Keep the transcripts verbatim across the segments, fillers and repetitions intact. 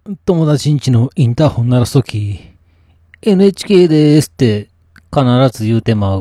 友達ん家のインターホン鳴らすとき、エヌエイチケー でーすって必ず言うてまう。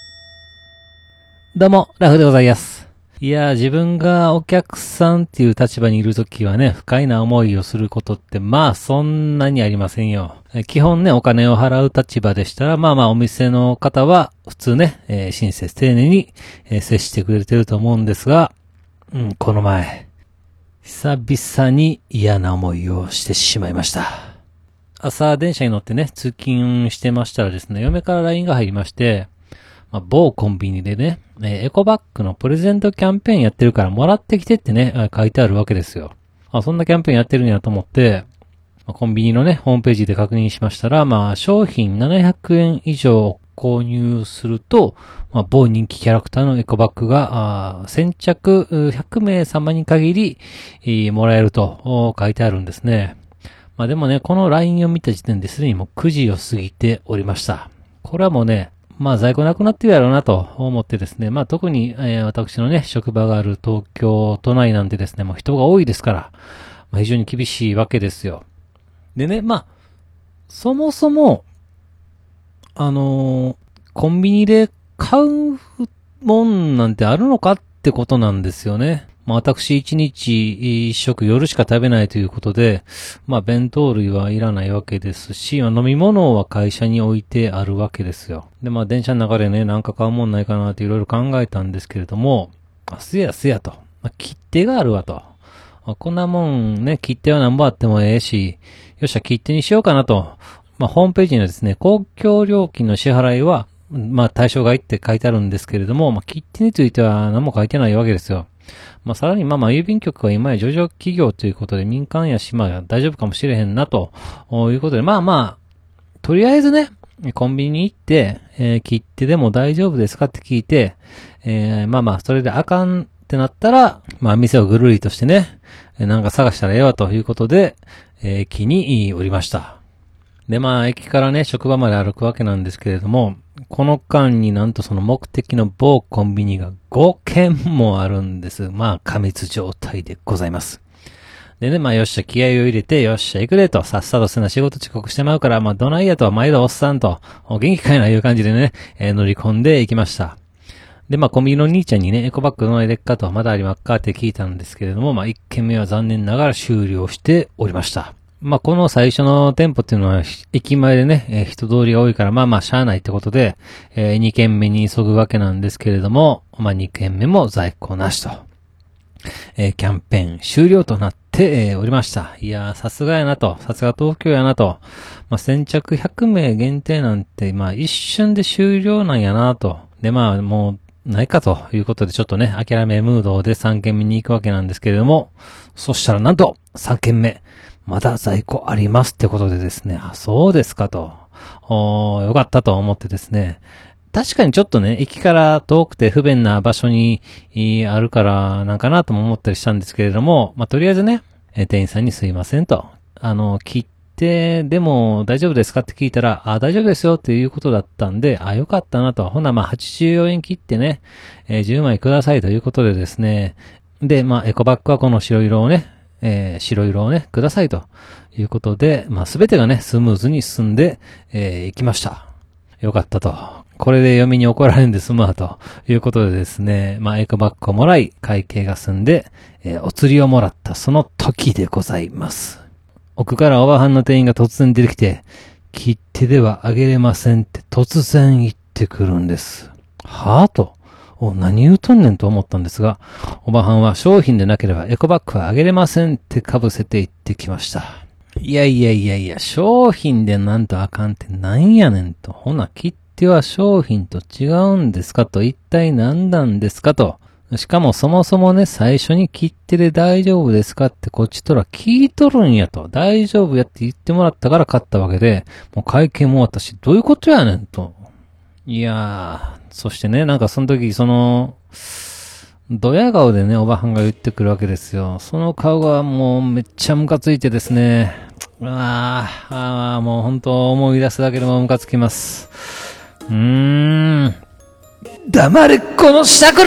どうも、ラフでございます。いやー、自分がお客さんっていう立場にいるときはね、不快な思いをすることってまあそんなにありませんよ。基本ね、お金を払う立場でしたら、まあまあお店の方は普通ね、えー、親切丁寧に、えー、接してくれてると思うんですが、うん、この前、久々に嫌な思いをしてしまいました。朝電車に乗ってね、通勤してましたらですね、嫁から ライン が入りまして、まあ、某コンビニでね、エコバッグのプレゼントキャンペーンやってるからもらってきてってね、書いてあるわけですよ。あ、そんなキャンペーンやってるんやと思って、コンビニのね、ホームページで確認しましたら、まあ、商品ななひゃくえん以上購入すると、まあ、某人気キャラクターのエコバッグが、あ先着ひゃくめい様に限り、えー、もらえると書いてあるんですね。まあでもね、この ライン を見た時点ですでにもうくじを過ぎておりました。これはもうね、まあ在庫なくなってるやろうなと思ってですね、まあ特に、えー、私のね、職場がある東京都内なんでですね、もう人が多いですから、まあ、非常に厳しいわけですよ。でね、まあ、そもそも、あのー、コンビニで買うもんなんてあるのかってことなんですよね。まあ私一日一食夜しか食べないということで、まあ弁当類はいらないわけですし、まあ、飲み物は会社に置いてあるわけですよ。でまあ電車の中でね、なんか買うもんないかなっていろいろ考えたんですけれども、あすやすやと、まあ、切手があるわと。こんなもんね、切手は何本あってもええし、よっしゃ切手にしようかなと。まあ、ホームページにはですね、公共料金の支払いは、まあ、対象外って書いてあるんですけれども、まあ、切手については何も書いてないわけですよ。まあ、さらにまあまあ、郵便局は今や上場企業ということで民間や島が大丈夫かもしれへんなということで、まあまあ、とりあえずね、コンビニに行って、えー、切手でも大丈夫ですかって聞いて、えー、まあまあ、それであかんってなったら、まあ、店をぐるりとしてね、なんか探したらええわということで、えー、気におりました。で、まあ、駅からね、職場まで歩くわけなんですけれども、この間になんとその目的の某コンビニがごけんもあるんです。まあ、過密状態でございます。でね、まあ、よっしゃ、気合を入れて、よっしゃ、行くでと、さっさとせな仕事遅刻してまうから、まあ、どないやとは毎度おっさんと、元気かいないう感じでね、えー、乗り込んでいきました。で、まあ、コンビニの兄ちゃんにね、エコバッグどないでっかと、まだありまっかって聞いたんですけれども、まあ、一軒目は残念ながら終了しておりました。まあ、この最初の店舗っていうのは、駅前でね、えー、人通りが多いから、まあまあ、しゃあないってことで、えー、に軒目に急ぐわけなんですけれども、まあ、に軒目も在庫なしと。えー、キャンペーン終了となって、えー、おりました。いやー、さすがやなと。さすが東京やなと。まあ、先着ひゃくめい限定なんて、まあ、一瞬で終了なんやなと。で、まあ、もう、ないかということで、ちょっとね、諦めムードでさん軒目に行くわけなんですけれども、そしたらなんと、さん軒目。まだ在庫ありますってことでですね、あ、そうですかと。おー、よかったと思ってですね。確かにちょっとね、駅から遠くて不便な場所にあるからなんかなとも思ったりしたんですけれども、まあ、とりあえずね、店員さんにすいませんと。あの、切手でも大丈夫ですかって聞いたら、あ、大丈夫ですよっていうことだったんで、あ、よかったなと。ほな、まあ、はちじゅうよえん切ってね、えー、じゅうまいくださいということでですね。で、まあ、エコバッグはこの白色をね、えー、白色をね、くださいということで、まあ、すべてがね、スムーズに進んで、えー、行きました。よかったと。これで嫁に怒られるんで済むわということでですね、まあ、エコバッグをもらい、会計が済んで、えー、お釣りをもらったその時でございます。奥からおばはんの店員が突然出てきて、切手ではあげれませんって突然言ってくるんです。はぁと。お、何言うとんねんと思ったんですが、おばはんは商品でなければエコバッグはあげれませんって被せて言ってきました。いやいやいやいや、商品でなんとあかんってなんやねんと。ほな、切手は商品と違うんですかと。一体何なんですかと。しかもそもそもね、最初に切手で大丈夫ですかってこっちとら聞いとるんやと。大丈夫やって言ってもらったから買ったわけで、もう会計も終わったし、どういうことやねんと。いやー、そしてね、なんかその時、その、ドヤ顔でね、おばはんが言ってくるわけですよ。その顔がもうめっちゃムカついてですね。あーあー、もう本当思い出すだけでもムカつきます。うーん。黙れ、このしゃくれ！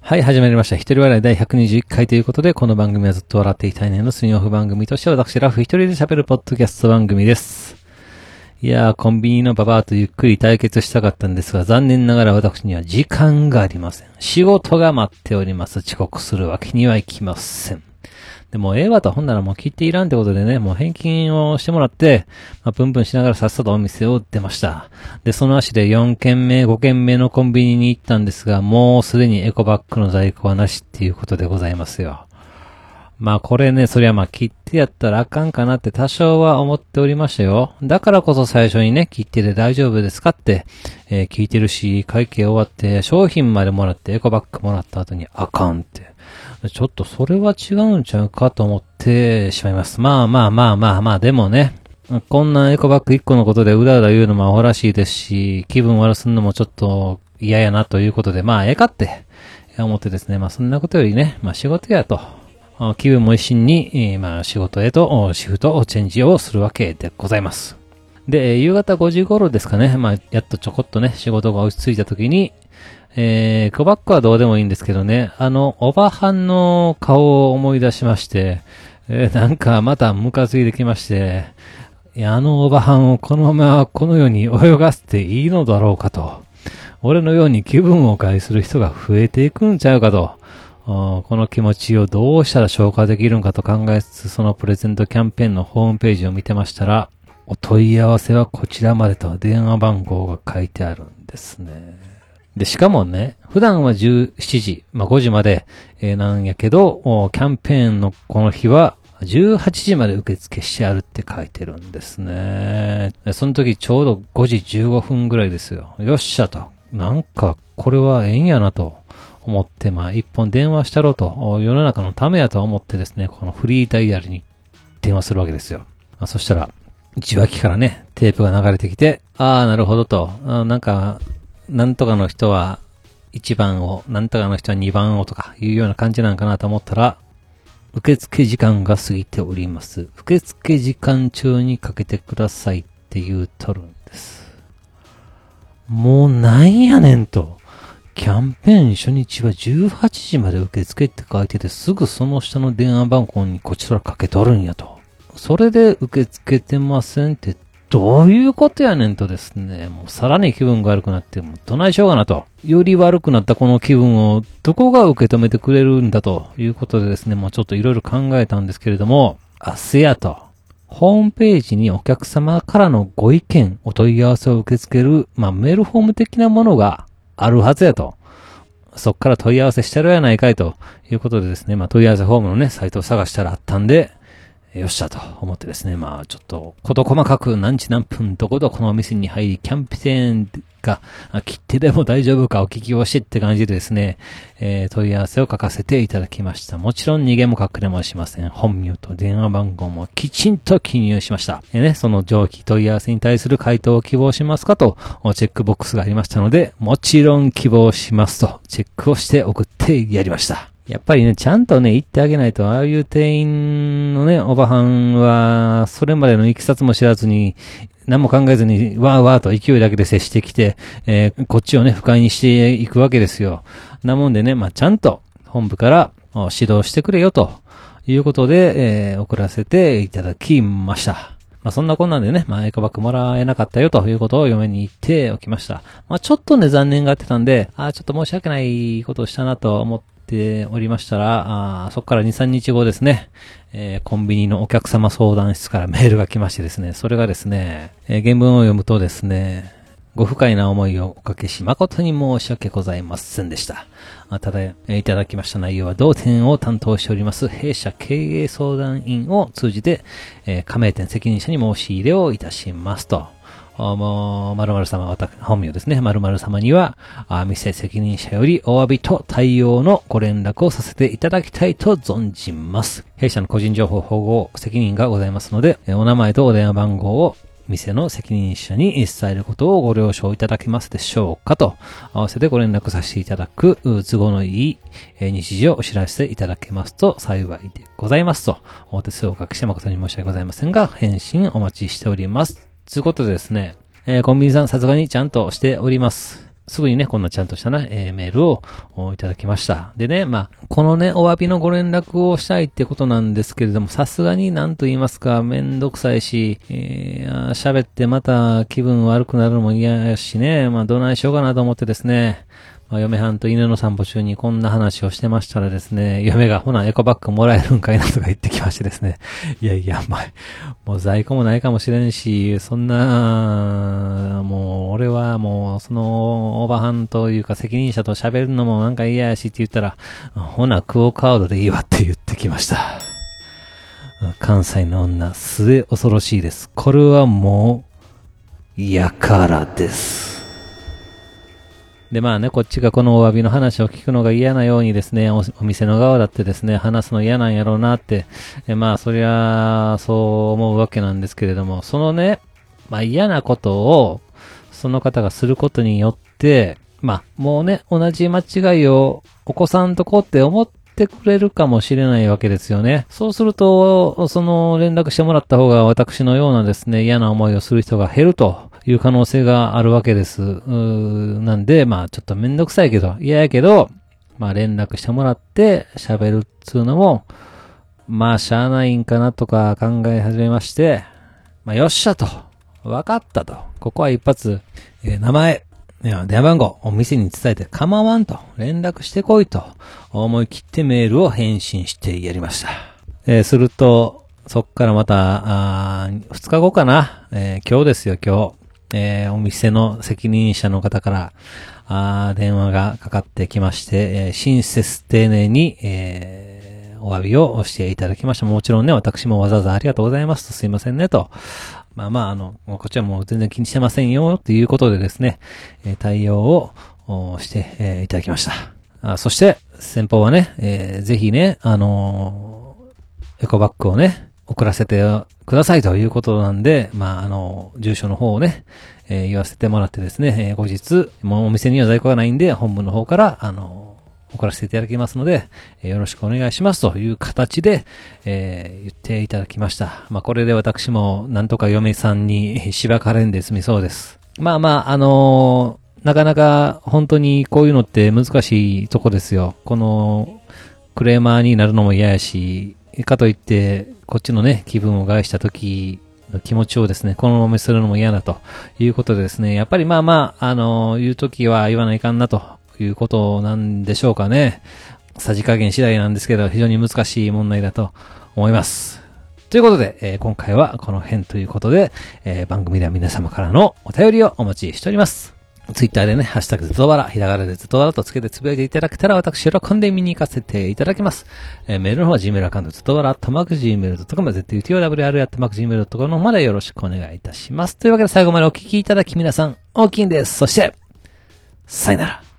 はい、始まりました。一人笑いだいひゃくにじゅういっかいということで、この番組はずっと笑っていたいねのスニオフ番組として私、ラフ一人で喋るポッドキャスト番組です。いやー、コンビニのババアとゆっくり対決したかったんですが、残念ながら私には時間がありません。仕事が待っております。遅刻するわけにはいきません。でも、ええわと、ほんならもう切っていらんってことでね、もう返金をしてもらって、まあ、プンプンしながらさっさとお店を出ました。で、その足でよんけんめ、ごけんめのコンビニに行ったんですが、もうすでにエコバッグの在庫はなしっていうことでございますよ。まあこれね、そりゃまあ切ってやったらあかんかなって多少は思っておりましたよ。だからこそ最初にね、切ってで大丈夫ですかって、えー、聞いてるし、会計終わって商品までもらってエコバッグもらった後にあかんって。ちょっとそれは違うんちゃうかと思ってしまいます。まあまあまあまあまあ、でもね、こんなエコバッグいっこのことでうだうだ言うのもアホらしいですし、気分悪すんのもちょっと嫌やなということで、まあええかって思ってですね、まあそんなことよりね、まあ仕事やと、気分も一心に、まあ仕事へとシフトチェンジをするわけでございます。で、夕方ごじ頃ですかね、まあやっとちょこっとね、仕事が落ち着いた時に、えー、エコバッグはどうでもいいんですけどね、あの、おばはんの顔を思い出しまして、えー、なんかまたムカついてきまして、いや、あのおばはんをこのままこの世に泳がせていいのだろうかと。俺のように気分を害する人が増えていくんちゃうかと。この気持ちをどうしたら消化できるんかと考えつつ、そのプレゼントキャンペーンのホームページを見てましたら、お問い合わせはこちらまでと電話番号が書いてあるんですね。で、しかもね、普段はじゅうしちじ、まあごじまで、えー、なんやけど、キャンペーンのこの日はじゅうはちじまで受付してあるって書いてるんですね。その時ちょうどごじじゅうごふんぐらいですよ。よっしゃと。なんかこれはええんやなと思って、まあ一本電話したろうと、世の中のためやと思ってですね、このフリーダイヤルに電話するわけですよ。まあ、そしたら、受話器からね、テープが流れてきて、ああ、なるほどと、あなんか、なんとかの人はいちばんを、なんとかの人はにばんをとかいうような感じなんかなと思ったら、受付時間が過ぎております。受付時間中にかけてくださいって言うとるんです。もうなんやねんと。キャンペーン初日はじゅうはちじまで受付って書いてて、すぐその下の電話番号にこちらかけとるんやと。それで受け付けてませんってどういうことやねんとですね、もうさらに気分が悪くなって、もうどないしようかなと。より悪くなったこの気分をどこが受け止めてくれるんだということでですね、もうちょっといろいろ考えたんですけれども、あ、せやと。ホームページにお客様からのご意見、お問い合わせを受け付ける、まあメールフォーム的なものがあるはずやと。そっから問い合わせしてるやないかいということでですね、まあ問い合わせフォームのね、サイトを探したらあったんで、よっしゃと思ってですね、まあちょっと事細かく何時何分どこどこのお店に入り、キャンペーンが切ってでも大丈夫かお聞きをしてって感じでですね、えー、問い合わせを書かせていただきました。もちろん逃げも隠れもしません。本名と電話番号もきちんと記入しました。えー、ね、その上記問い合わせに対する回答を希望しますかとチェックボックスがありましたので、もちろん希望しますとチェックをして送ってやりました。やっぱりね、ちゃんとね、言ってあげないと、ああいう店員のね、おばはんは、それまでのいきさつも知らずに、何も考えずに、わーわーと勢いだけで接してきて、えー、こっちをね、不快にしていくわけですよ。なもんでね、まあ、ちゃんと、本部から指導してくれよ、ということで、えー、送らせていただきました。まあ、そんなこんなんでね、まあ、エコバッグもらえなかったよということを嫁に言っておきました。まあ、ちょっとね、残念がってたんで、あーちょっと申し訳ないことをしたなと思って、ておりましたら、あそこからに、さんにちごですね、えー、コンビニのお客様相談室からメールが来ましてですね、それがですね、えー、原文を読むとですね、ご不快な思いをおかけし誠に申し訳ございませんでした。あただ、えー、いただきました内容は同店を担当しております弊社経営相談員を通じて、えー、加盟店責任者に申し入れをいたしますと。もう、〇〇様、本名ですね。〇〇様には、店責任者よりお詫びと対応のご連絡をさせていただきたいと存じます。弊社の個人情報保護責任がございますので、お名前とお電話番号を店の責任者に伝えることをご了承いただけますでしょうかと、合わせてご連絡させていただく都合のいい日時をお知らせいただけますと幸いでございますと、お手数をおかけして誠に申し訳ございませんが、返信お待ちしております。ということでですね、えー、コンビニさんさすがにちゃんとしております。 すぐにね、こんなちゃんとしたね、えー、メールをいただきました。でね、まあ、このね、お詫びのご連絡をしたいってことなんですけれども、さすがになんと言いますか、めんどくさいし、えー、喋ってまた気分悪くなるのも嫌やしね、まあ、どないしようかなと思ってですね、まあ、嫁はんと犬の散歩中にこんな話をしてましたらですね、嫁がほなエコバッグもらえるんかいなとか言ってきましてですね、いやいや、まあ、もう在庫もないかもしれんし、そんな、もう俺はもうそのおばはんというか責任者と喋るのもなんか嫌やしって言ったら、ほなクオカードでいいわって言ってきました。関西の女、末恐ろしいです。これはもう、やからです。で、まあね、こっちがこのお詫びの話を聞くのが嫌なようにですね、お, お店の側だってですね、話すの嫌なんやろうなって、えまあ、そりゃ、そう思うわけなんですけれども、そのね、まあ嫌なことを、その方がすることによって、まあ、もうね、同じ間違いをお子さんとこうって思ってくれるかもしれないわけですよね。そうすると、その連絡してもらった方が私のようなですね、嫌な思いをする人が減ると。いう可能性があるわけです。うーなんで、まあちょっとめんどくさいけど、嫌やけど、まあ連絡してもらって喋るっつうのも、まあしゃあないんかなとか考え始めまして、まあよっしゃと、わかったと、ここは一発、えー、名前、電話番号、お店に伝えて構わんと、連絡してこいと、思い切ってメールを返信してやりました。えー、すると、そっからまた、あふつかごかな、えー、今日ですよ今日。えー、お店の責任者の方から、あ電話がかかってきまして、えー、親切丁寧に、えー、お詫びをしていただきました。もちろんね、私もわざわざありがとうございますと、すいませんねと。まあまあ、あの、こっちはもう全然気にしてませんよ、ということでですね、えー、対応をして、えー、いただきました。あそして、先方はね、えー、ぜひね、あのー、エコバッグをね、送らせてくださいということなんで、まあ、あの、住所の方をね、えー、言わせてもらってですね、えー、後日、もうお店には在庫がないんで、本部の方から、あの、送らせていただきますので、えー、よろしくお願いしますという形で、えー、言っていただきました。まあ、これで私も、なんとか嫁さんにしばかれんで済みそうです。まあまあ、あのー、なかなか本当にこういうのって難しいとこですよ。この、クレーマーになるのも嫌やし、かといって、こっちのね、気分を害した時の気持ちをですね、このままするのも嫌だということでですね、やっぱりまあまあ、あのー、言う時は言わないかんなということなんでしょうかね。さじ加減次第なんですけど、非常に難しい問題だと思います。ということで、えー、今回はこの辺ということで、えー、番組では皆様からのお便りをお待ちしております。ツイッターでね、ハッシュタグずとわら、ひらがなでずとわらとつけてつぶやいていただけたら私喜んで見に行かせていただきます。えー、メールの方は Gmail アカウントずとわら、アットマーク Gmail ドットコム、ゼットユーティーオーダブリューアール アットマーク Gmail ドットコム の方までよろしくお願いいたします。というわけで最後までお聞きいただき皆さん、大きいんです。そして、さよなら。